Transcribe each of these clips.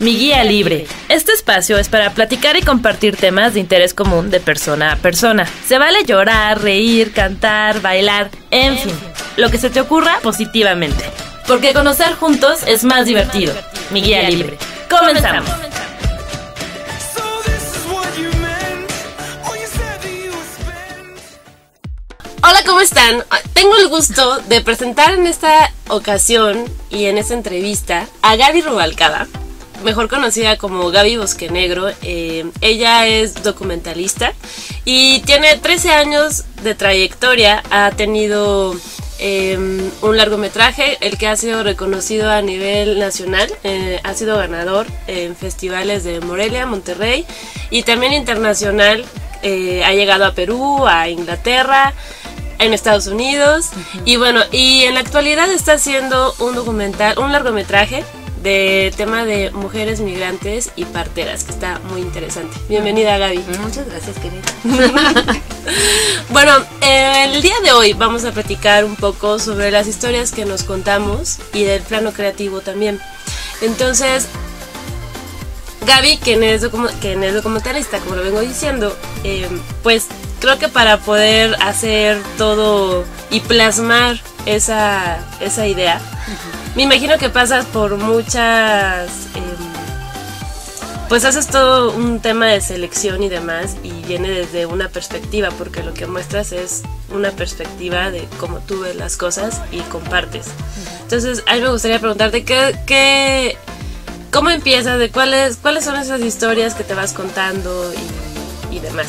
Mi Guía Libre. Este espacio es para platicar y compartir temas de interés común de persona a persona. Se vale llorar, reír, cantar, bailar, en fin, lo que se te ocurra positivamente. Porque conocer juntos es más divertido. Mi Guía Libre. Comenzamos. Hola, ¿cómo están? Tengo el gusto de presentar en esta ocasión y en esta entrevista a Gaby Rubalcaba, mejor conocida como Gaby Bosquenegro. Ella es documentalista y tiene 13 años de trayectoria. Ha tenido un largometraje, el que ha sido reconocido a nivel nacional. Ha sido ganador en festivales de Morelia, Monterrey y también internacional. Ha llegado a Perú, a Inglaterra, en Estados Unidos. Y bueno, y en la actualidad está haciendo un documental, un largometraje de tema de mujeres migrantes y parteras, que está muy interesante. Bienvenida, Gaby. Muchas gracias, querida. Bueno, el día de hoy vamos a platicar un poco sobre las historias que nos contamos y del plano creativo también. Entonces, Gaby, quien es documentalista, como lo vengo diciendo, pues creo que para poder hacer todo y plasmar esa idea, me imagino que pasas por muchas, pues haces todo un tema de selección y demás, y viene desde una perspectiva, porque lo que muestras es una perspectiva de cómo tú ves las cosas y compartes. Entonces, a mí me gustaría preguntarte ¿cómo empiezas? ¿De cuáles son esas historias que te vas contando y demás?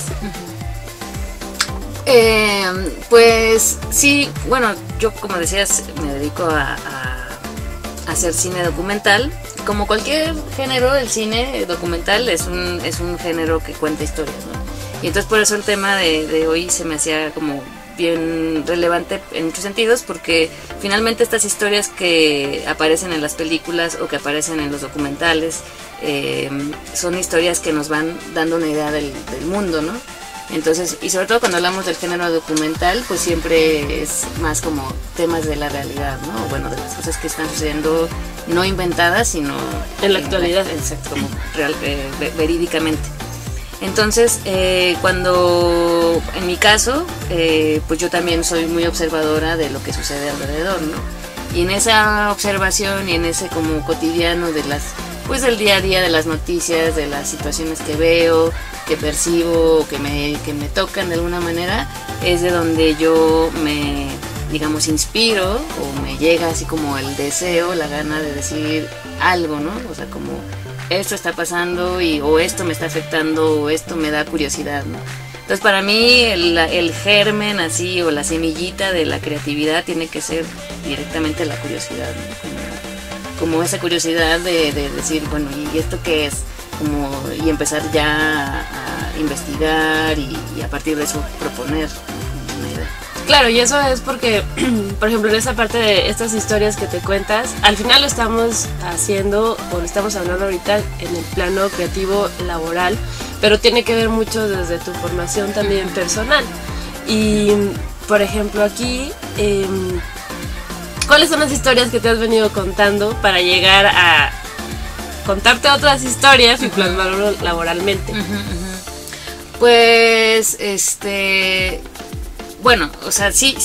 Pues sí, bueno, yo como decías me dedico a hacer cine documental. Como cualquier género, el cine documental es un género que cuenta historias, ¿no? Y entonces por eso el tema de hoy se me hacía como bien relevante en muchos sentidos, porque finalmente estas historias que aparecen en las películas o que aparecen en los documentales son historias que nos van dando una idea del mundo, ¿no? Entonces, y sobre todo cuando hablamos del género documental, pues siempre es más como temas de la realidad, ¿no? Bueno, de las cosas que están sucediendo, no inventadas, sino en la actualidad. Exacto, como verídicamente. Entonces, cuando, en mi caso, pues yo también soy muy observadora de lo que sucede alrededor, ¿no? Y en esa observación y en ese como cotidiano de pues del día a día, de las noticias, de las situaciones que veo, que percibo, que me tocan de alguna manera, es de donde yo me, digamos, inspiro o me llega así como el deseo, la gana de decir algo, ¿no? O sea, como esto está pasando o esto me está afectando o esto me da curiosidad, ¿no? Entonces para mí el germen así o la semillita de la creatividad tiene que ser directamente la curiosidad, ¿no? Como esa curiosidad de decir, bueno, ¿y esto qué es? Y empezar ya a investigar y a partir de eso proponer una idea. Claro, y eso es porque, por ejemplo, en esa parte de estas historias que te cuentas, al final lo estamos haciendo o lo estamos hablando ahorita en el plano creativo laboral, pero tiene que ver mucho desde tu formación también personal. Y, por ejemplo, aquí, ¿cuáles son las historias que te has venido contando para llegar a contarte otras historias y plasmarlo laboralmente? Pues, bueno, o sea, sí,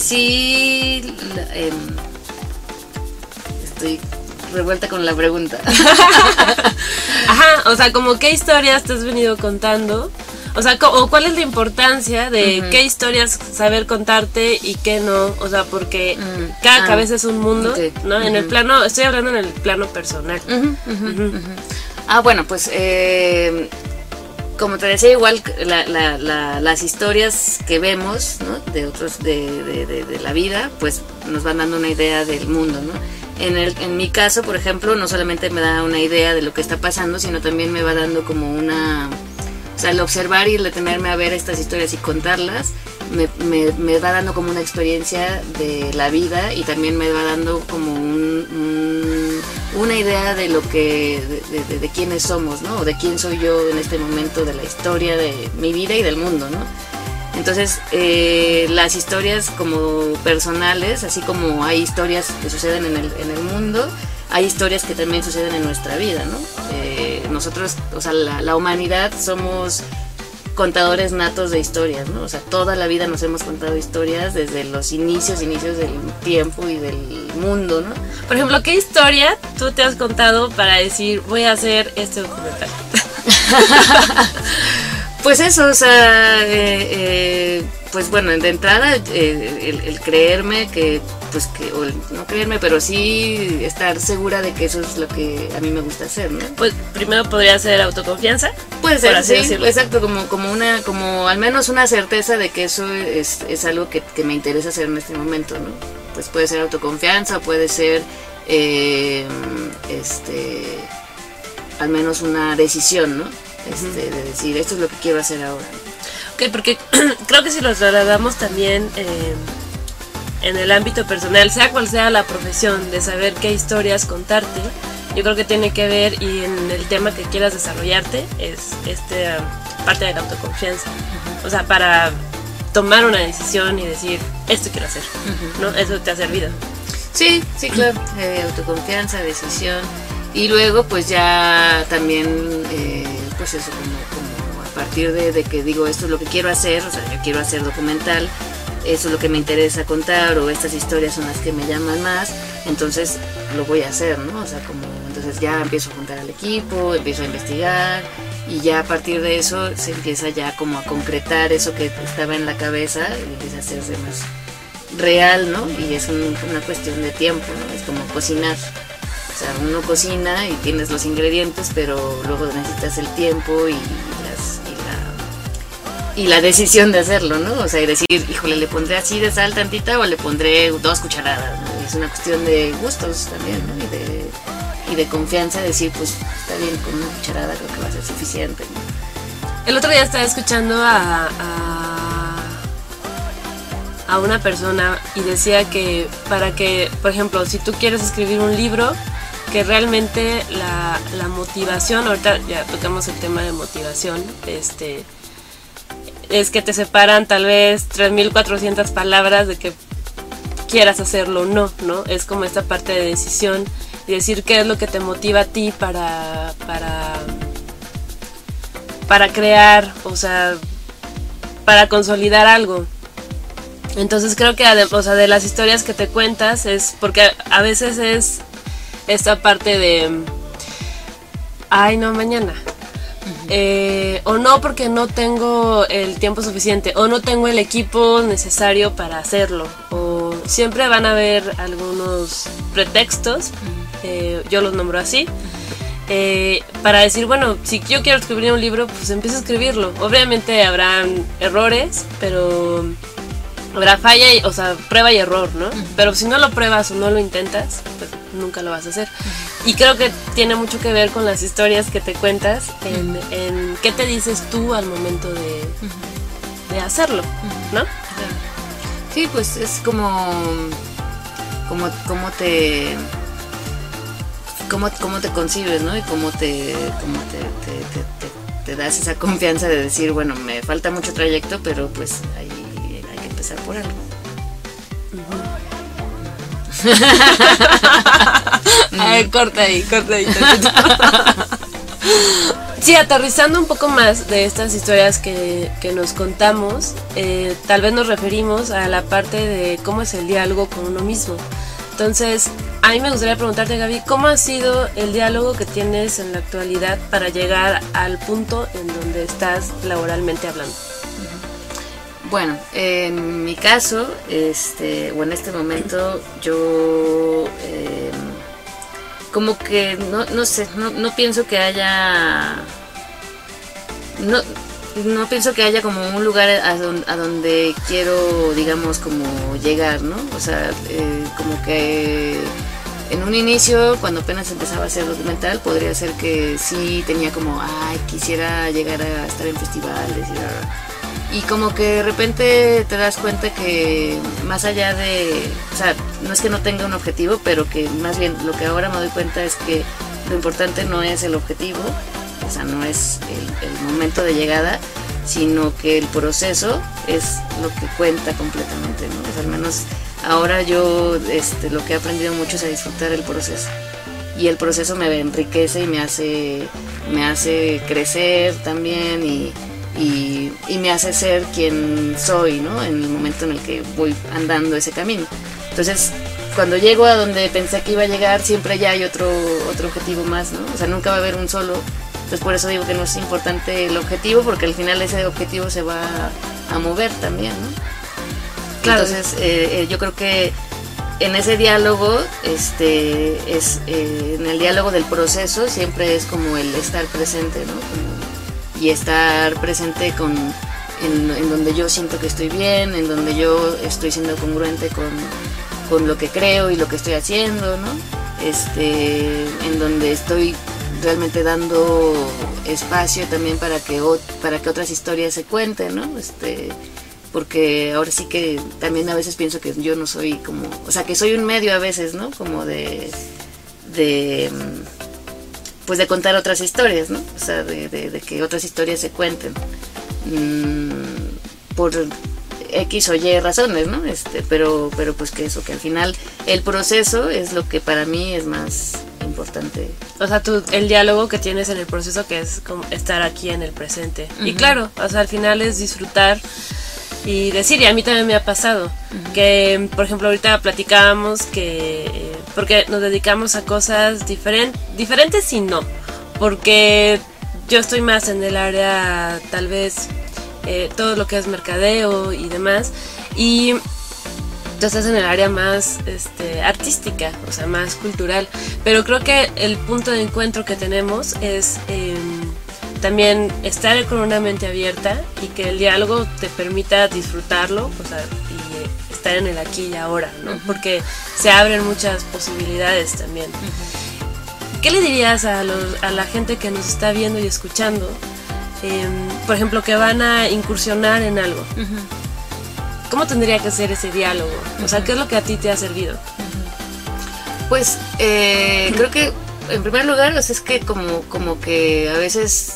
estoy revuelta con la pregunta. Ajá, o sea, como qué historias te has venido contando, o sea, o cuál es la importancia de qué historias saber contarte y qué no, o sea, porque cada cabeza es un mundo, okay, ¿no? En el plano, estoy hablando en el plano personal. Bueno, pues como te decía, igual las historias que vemos, ¿no? De otros de la vida, pues nos van dando una idea del mundo, ¿no? En mi caso, por ejemplo, no solamente me da una idea de lo que está pasando, sino también me va dando como o sea, el observar y el detenerme a ver estas historias y contarlas me va dando como una experiencia de la vida, y también me va dando como una idea de lo que de quiénes somos, ¿no? O de quién soy yo en este momento de la historia de mi vida y del mundo, ¿no? Entonces, las historias como personales, así como hay historias que suceden en el mundo, hay historias que también suceden en nuestra vida, ¿no? Nosotros, o sea, la humanidad somos contadores natos de historias, ¿no? O sea, toda la vida nos hemos contado historias desde los inicios del tiempo y del mundo, ¿no? Por ejemplo, ¿qué historia tú te has contado para decir, voy a hacer este documental? Pues eso, o sea, pues bueno, de entrada, el creerme que, pues que, o no creerme, pero sí estar segura de que eso es lo que a mí me gusta hacer, ¿no? Pues primero podría ser autoconfianza. Puede ser, sí, decirlo. exacto, como al menos una certeza de que eso es algo que me interesa hacer en este momento, ¿no? Pues puede ser autoconfianza, puede ser, al menos una decisión, ¿no? De decir, esto es lo que quiero hacer ahora. Ok, porque creo que si lo trasladamos también en el ámbito personal, sea cual sea la profesión, de saber qué historias contarte, yo creo que tiene que ver, y en el tema que quieras desarrollarte, es parte de la autoconfianza. O sea, para tomar una decisión y decir, esto quiero hacer, ¿no? Eso te ha servido. Sí, claro. Autoconfianza, decisión. Y luego pues ya también, pues eso, como a partir de que digo, esto es lo que quiero hacer, o sea, yo quiero hacer documental, eso es lo que me interesa contar, o estas historias son las que me llaman más, entonces lo voy a hacer, ¿no? O sea, entonces ya empiezo a juntar al equipo, empiezo a investigar, y ya a partir de eso se empieza ya como a concretar eso que estaba en la cabeza, y empieza a hacerse más real, ¿no? Y es una cuestión de tiempo, ¿no? Es como cocinar. O sea, uno cocina y tienes los ingredientes, pero luego necesitas el tiempo y la decisión de hacerlo, ¿no? O sea, y decir, híjole, ¿le pondré así de sal tantita o le pondré 2 cucharadas? ¿No? Es una cuestión de gustos también, ¿no? Y de confianza, decir, pues está bien, con una cucharada creo que va a ser suficiente, ¿no? El otro día estaba escuchando a una persona y decía que para que, por ejemplo, si tú quieres escribir un libro, que realmente la motivación, ahorita ya tocamos el tema de motivación, es que te separan tal vez 3.400 palabras de que quieras hacerlo o no, ¿no? Es como esta parte de decisión y decir qué es lo que te motiva a ti para crear, o sea, para consolidar algo. Entonces creo que o sea, de las historias que te cuentas es porque a veces es esta parte de ay no, mañana o no, porque no tengo el tiempo suficiente o no tengo el equipo necesario para hacerlo, o siempre van a haber algunos pretextos, yo los nombro así, para decir, bueno, si yo quiero escribir un libro, pues empiezo a escribirlo. Obviamente habrán errores, pero habrá falla, o sea, prueba y error, ¿no? Pero si no lo pruebas o no lo intentas, pues nunca lo vas a hacer. Y creo que tiene mucho que ver con las historias que te cuentas, en qué te dices tú al momento de hacerlo, ¿no? Sí, pues es como te concibes, ¿no? Y cómo te das esa confianza de decir, bueno, me falta mucho trayecto, pero pues hay que empezar por algo. A ver, corta ahí. Sí, aterrizando un poco más de estas historias que nos contamos, tal vez nos referimos a la parte de cómo es el diálogo con uno mismo. Entonces, a mí me gustaría preguntarte, Gaby, ¿cómo ha sido el diálogo que tienes en la actualidad para llegar al punto en donde estás laboralmente hablando? Bueno, en mi caso, o en este momento, yo como que no sé, no pienso que haya, no pienso que haya como un lugar a donde quiero, digamos, como llegar, ¿no? O sea, como que en un inicio, cuando apenas empezaba a hacer documental, podría ser que sí tenía como, quisiera llegar a estar en festivales y como que de repente te das cuenta que más allá de, o sea, no es que no tenga un objetivo, pero que más bien lo que ahora me doy cuenta es que lo importante no es el objetivo, o sea, no es el momento de llegada, sino que el proceso es lo que cuenta completamente, ¿no? O sea, al menos ahora yo lo que he aprendido mucho es a disfrutar el proceso. y el proceso me enriquece y me hace crecer también y me hace ser quien soy, ¿no? En el momento en el que voy andando ese camino. Entonces, cuando llego a donde pensé que iba a llegar, siempre ya hay otro objetivo más, ¿no? O sea, nunca va a haber un solo. Entonces, por eso digo que no es importante el objetivo, porque al final ese objetivo se va a mover también, ¿no? Claro. Entonces, yo creo que en ese diálogo, en el diálogo del proceso, siempre es como el estar presente, ¿no? Y estar presente en donde yo siento que estoy bien, en donde yo estoy siendo congruente con lo que creo y lo que estoy haciendo, ¿no? En donde estoy realmente dando espacio también para que otras historias se cuenten, ¿no? Porque ahora sí que también a veces pienso que yo no soy como, o sea, que soy un medio a veces, ¿no? Como de contar otras historias, ¿no? O sea, de que otras historias se cuenten por X o Y razones, ¿no? Pero pues que eso, que al final el proceso es lo que para mí es más importante. O sea, el diálogo que tienes en el proceso, que es como estar aquí en el presente. Uh-huh. Y claro, o sea, al final es disfrutar y decir, y a mí también me ha pasado, uh-huh, que por ejemplo ahorita platicábamos que porque nos dedicamos a cosas diferentes y no, porque yo estoy más en el área tal vez todo lo que es mercadeo y demás, y tú estás en el área más artística, o sea, más cultural, pero creo que el punto de encuentro que tenemos es también estar con una mente abierta y que el diálogo te permita disfrutarlo, o sea, y estar en el aquí y ahora, ¿no? Uh-huh. Porque se abren muchas posibilidades también. Uh-huh. ¿Qué le dirías a la gente que nos está viendo y escuchando, por ejemplo, que van a incursionar en algo? Uh-huh. ¿Cómo tendría que ser ese diálogo? O sea, ¿qué es lo que a ti te ha servido? Uh-huh. Pues creo que en primer lugar, o sea, es que como que a veces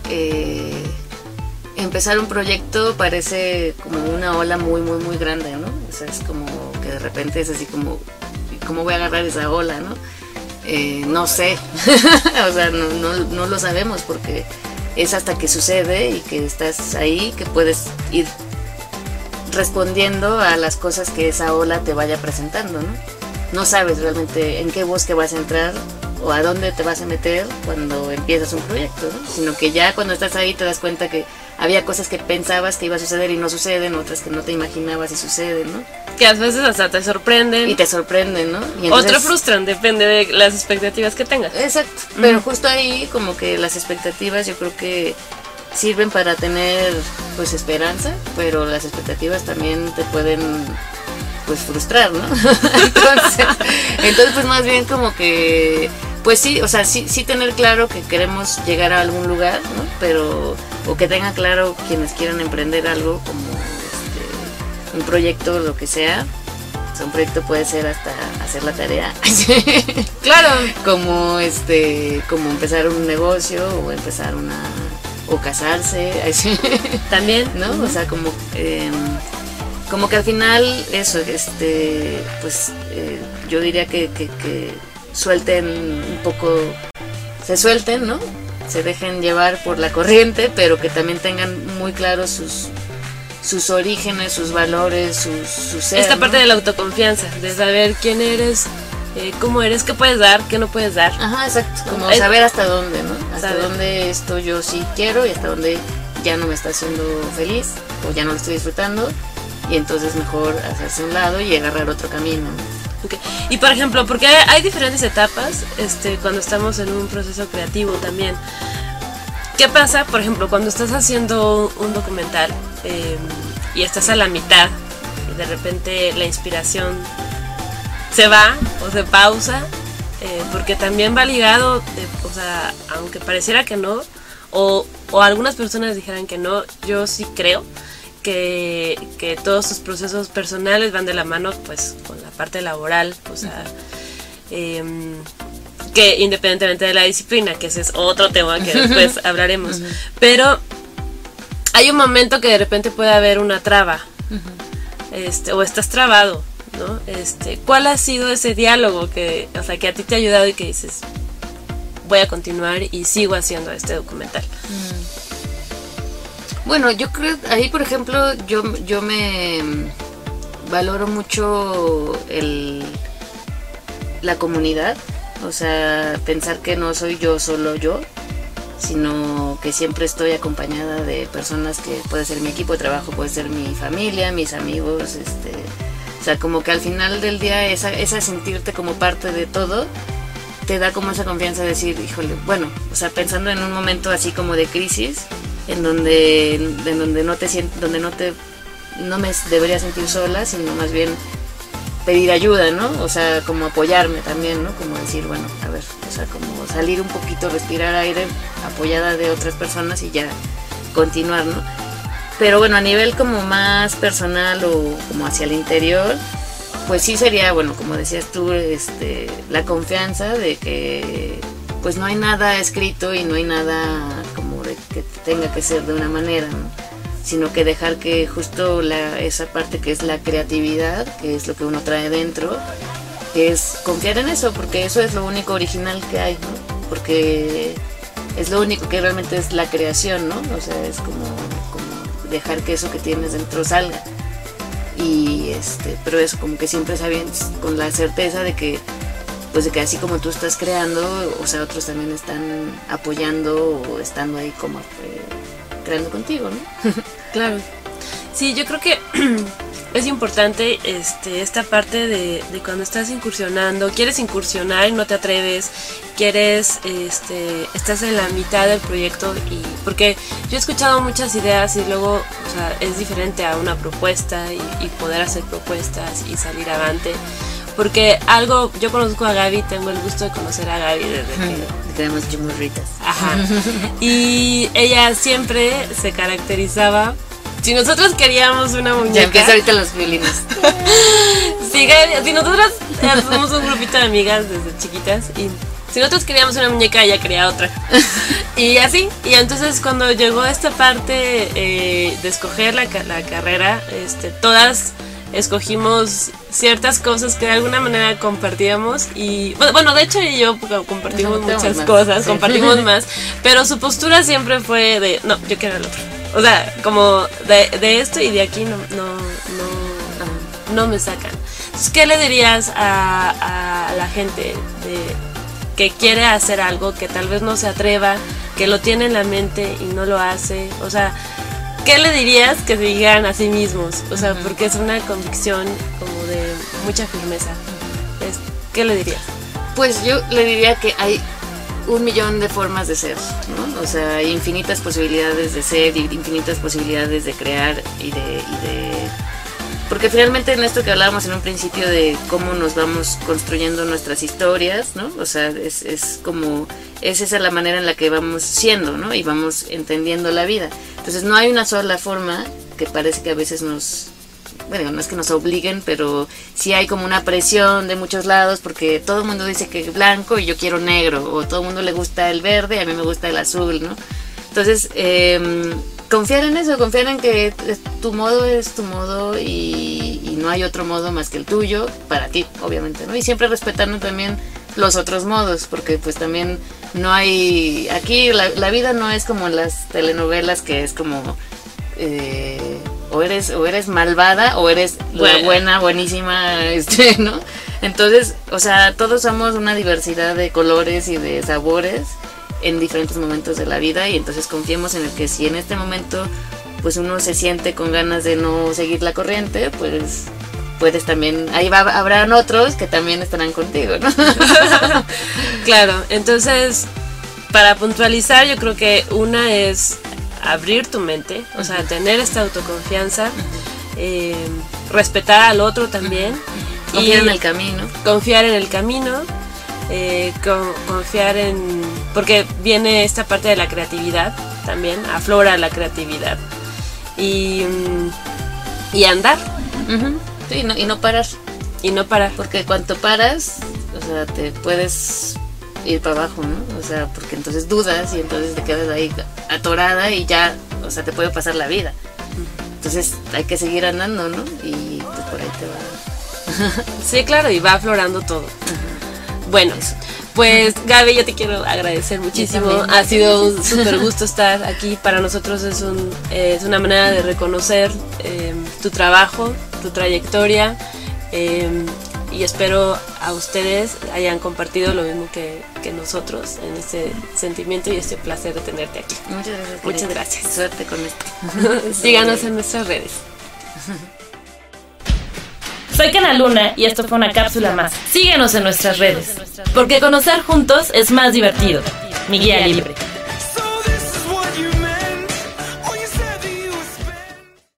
empezar un proyecto parece como una ola muy, muy, muy grande, ¿no? O sea, es como que de repente es así como, ¿cómo voy a agarrar esa ola, no? No sé, o sea, no lo sabemos, porque es hasta que sucede y que estás ahí que puedes ir respondiendo a las cosas que esa ola te vaya presentando, ¿no? No sabes realmente en qué bosque vas a entrar o a dónde te vas a meter cuando empiezas un proyecto, ¿no? Sino que ya cuando estás ahí te das cuenta que había cosas que pensabas que iba a suceder y no suceden, otras que no te imaginabas y suceden, ¿no? Que a veces hasta te sorprenden. Y te sorprenden, ¿no? Y entonces, o te frustran, depende de las expectativas que tengas. Exacto, pero justo ahí como que las expectativas yo creo que sirven para tener pues esperanza, pero las expectativas también te pueden pues frustrar, ¿no? entonces pues más bien como que pues sí, o sea, sí tener claro que queremos llegar a algún lugar, ¿no? Pero o que tengan claro quienes quieran emprender algo como un proyecto, lo que sea. O sea, un proyecto puede ser hasta hacer la tarea. Claro, como como empezar un negocio o empezar o casarse, también, ¿no? Uh-huh. O sea, como que al final eso, pues yo diría que suelten un poco, se suelten, ¿no? Se dejen llevar por la corriente, pero que también tengan muy claros sus orígenes, sus valores, su ser. Esta ¿no? parte de la autoconfianza, de saber quién eres, cómo eres, qué puedes dar, qué no puedes dar. Ajá, exacto, como saber hasta dónde, ¿no? Hasta dónde esto yo sí quiero y hasta dónde ya no me está haciendo feliz o ya no lo estoy disfrutando, y entonces mejor hacerse a un lado y agarrar otro camino, ¿no? Okay. Y por ejemplo, porque hay diferentes etapas cuando estamos en un proceso creativo también. ¿Qué pasa, por ejemplo, cuando estás haciendo un documental y estás a la mitad y de repente la inspiración se va o se pausa? Porque también va ligado, o sea, aunque pareciera que no, o algunas personas dijeran que no, yo sí creo que todos tus procesos personales van de la mano pues con la parte laboral, o sea, que independientemente de la disciplina, que ese es otro tema que después hablaremos, pero hay un momento que de repente puede haber una traba, o estás trabado ¿no? ¿Cuál ha sido ese diálogo que a ti te ha ayudado y que dices, voy a continuar y sigo haciendo este documental? Bueno, yo creo, ahí por ejemplo, yo me valoro mucho la comunidad, o sea, pensar que no soy yo solo yo, sino que siempre estoy acompañada de personas que puede ser mi equipo de trabajo, puede ser mi familia, mis amigos, o sea, como que al final del día esa sentirte como parte de todo te da como esa confianza de decir, híjole, bueno, o sea, pensando en un momento así como de crisis, en donde no te sientes, donde no me debería sentir sola, sino más bien pedir ayuda, ¿no? O sea, como apoyarme también, ¿no? Como decir, bueno, a ver, o sea, como salir un poquito, respirar aire, apoyada de otras personas y ya continuar, ¿no? Pero bueno, a nivel como más personal o como hacia el interior, pues sí sería, bueno, como decías tú, la confianza de que pues no hay nada escrito y no hay nada como de que tenga que ser de una manera, ¿no? Sino que dejar que justo esa parte que es la creatividad, que es lo que uno trae dentro, que es confiar en eso, porque eso es lo único original que hay, ¿no? Porque es lo único que realmente es la creación, ¿no? O sea, es como dejar que eso que tienes dentro salga. Y pero eso, como que siempre sabes con la certeza de que pues de que así como tú estás creando, o sea, otros también están apoyando o estando ahí como creando contigo, ¿no? Claro. Sí, yo creo que es importante esta parte de cuando estás incursionando, quieres incursionar y no te atreves, estás en la mitad del proyecto, y porque yo he escuchado muchas ideas y luego, o sea, es diferente a una propuesta y poder hacer propuestas y salir avante. Porque yo conozco a Gaby, tengo el gusto de conocer a Gaby desde que tenemos chimurritas. Ajá. Y ella siempre se caracterizaba. Si nosotros queríamos una muñeca. Ya empieza ahorita los violines. Sí, si nosotros somos un grupito de amigas desde chiquitas y si nosotros queríamos una muñeca, ella quería otra. Y así. Y entonces cuando llegó esta parte de escoger la carrera, todas escogimos ciertas cosas que de alguna manera compartíamos y bueno, de hecho yo compartimos muchas cosas, sí. Compartimos más, pero su postura siempre fue de no, yo quiero el otro, o sea, como de esto y de aquí no me sacan. Entonces, ¿qué le dirías a la gente que quiere hacer algo, que tal vez no se atreva, que lo tiene en la mente y no lo hace? O sea, ¿qué le dirías que se digan a sí mismos? O sea, porque es una convicción como de mucha firmeza. ¿Qué le dirías? Pues yo le diría que hay 1,000,000 de formas de ser, ¿no? O sea, hay infinitas posibilidades de ser, infinitas posibilidades de crear y de porque finalmente en esto que hablábamos en un principio de cómo nos vamos construyendo nuestras historias, ¿no? O sea, es esa la manera en la que vamos siendo, ¿no? Y vamos entendiendo la vida. Entonces no hay una sola forma, que parece que a veces bueno, no es que nos obliguen, pero sí hay como una presión de muchos lados, porque todo el mundo dice que blanco y yo quiero negro, o todo el mundo le gusta el verde y a mí me gusta el azul, ¿no? Entonces, confiar en eso, confiar en que tu modo es tu modo y no hay otro modo más que el tuyo, para ti, obviamente, ¿no? Y siempre respetando también los otros modos, porque pues también no hay, aquí la vida no es como en las telenovelas, que es como o eres malvada o eres la buena, buenísima, ¿no? Entonces, o sea, todos somos una diversidad de colores y de sabores en diferentes momentos de la vida, y entonces confiemos en el que si en este momento pues uno se siente con ganas de no seguir la corriente, pues puedes también, habrán otros que también estarán contigo, ¿no? Claro, entonces para puntualizar, yo creo que una es abrir tu mente, o sea, tener esta autoconfianza, respetar al otro también, confiar en el camino, confiar en, porque viene esta parte de la creatividad también, aflora la creatividad y andar. Sí, y no parar. Y no parar. Porque cuando paras, o sea, te puedes ir para abajo, ¿no? O sea, porque entonces dudas y entonces te quedas ahí atorada y ya, o sea, te puede pasar la vida. Entonces hay que seguir andando, ¿no? Y pues por ahí te va. Sí, claro, y va aflorando todo. Bueno, pues Gaby, yo te quiero agradecer muchísimo. Ha sido un súper gusto estar aquí. Para nosotros es una manera de reconocer tu trabajo, tu trayectoria, y espero a ustedes hayan compartido lo mismo que nosotros en este sentimiento y este placer de tenerte aquí. Muchas gracias. Muchas gracias. Suerte con esto. Síganos en nuestras redes. Soy Kana Luna y esto fue una cápsula más. Síguenos en nuestras redes, porque conocer juntos es más divertido. Mi guía libre.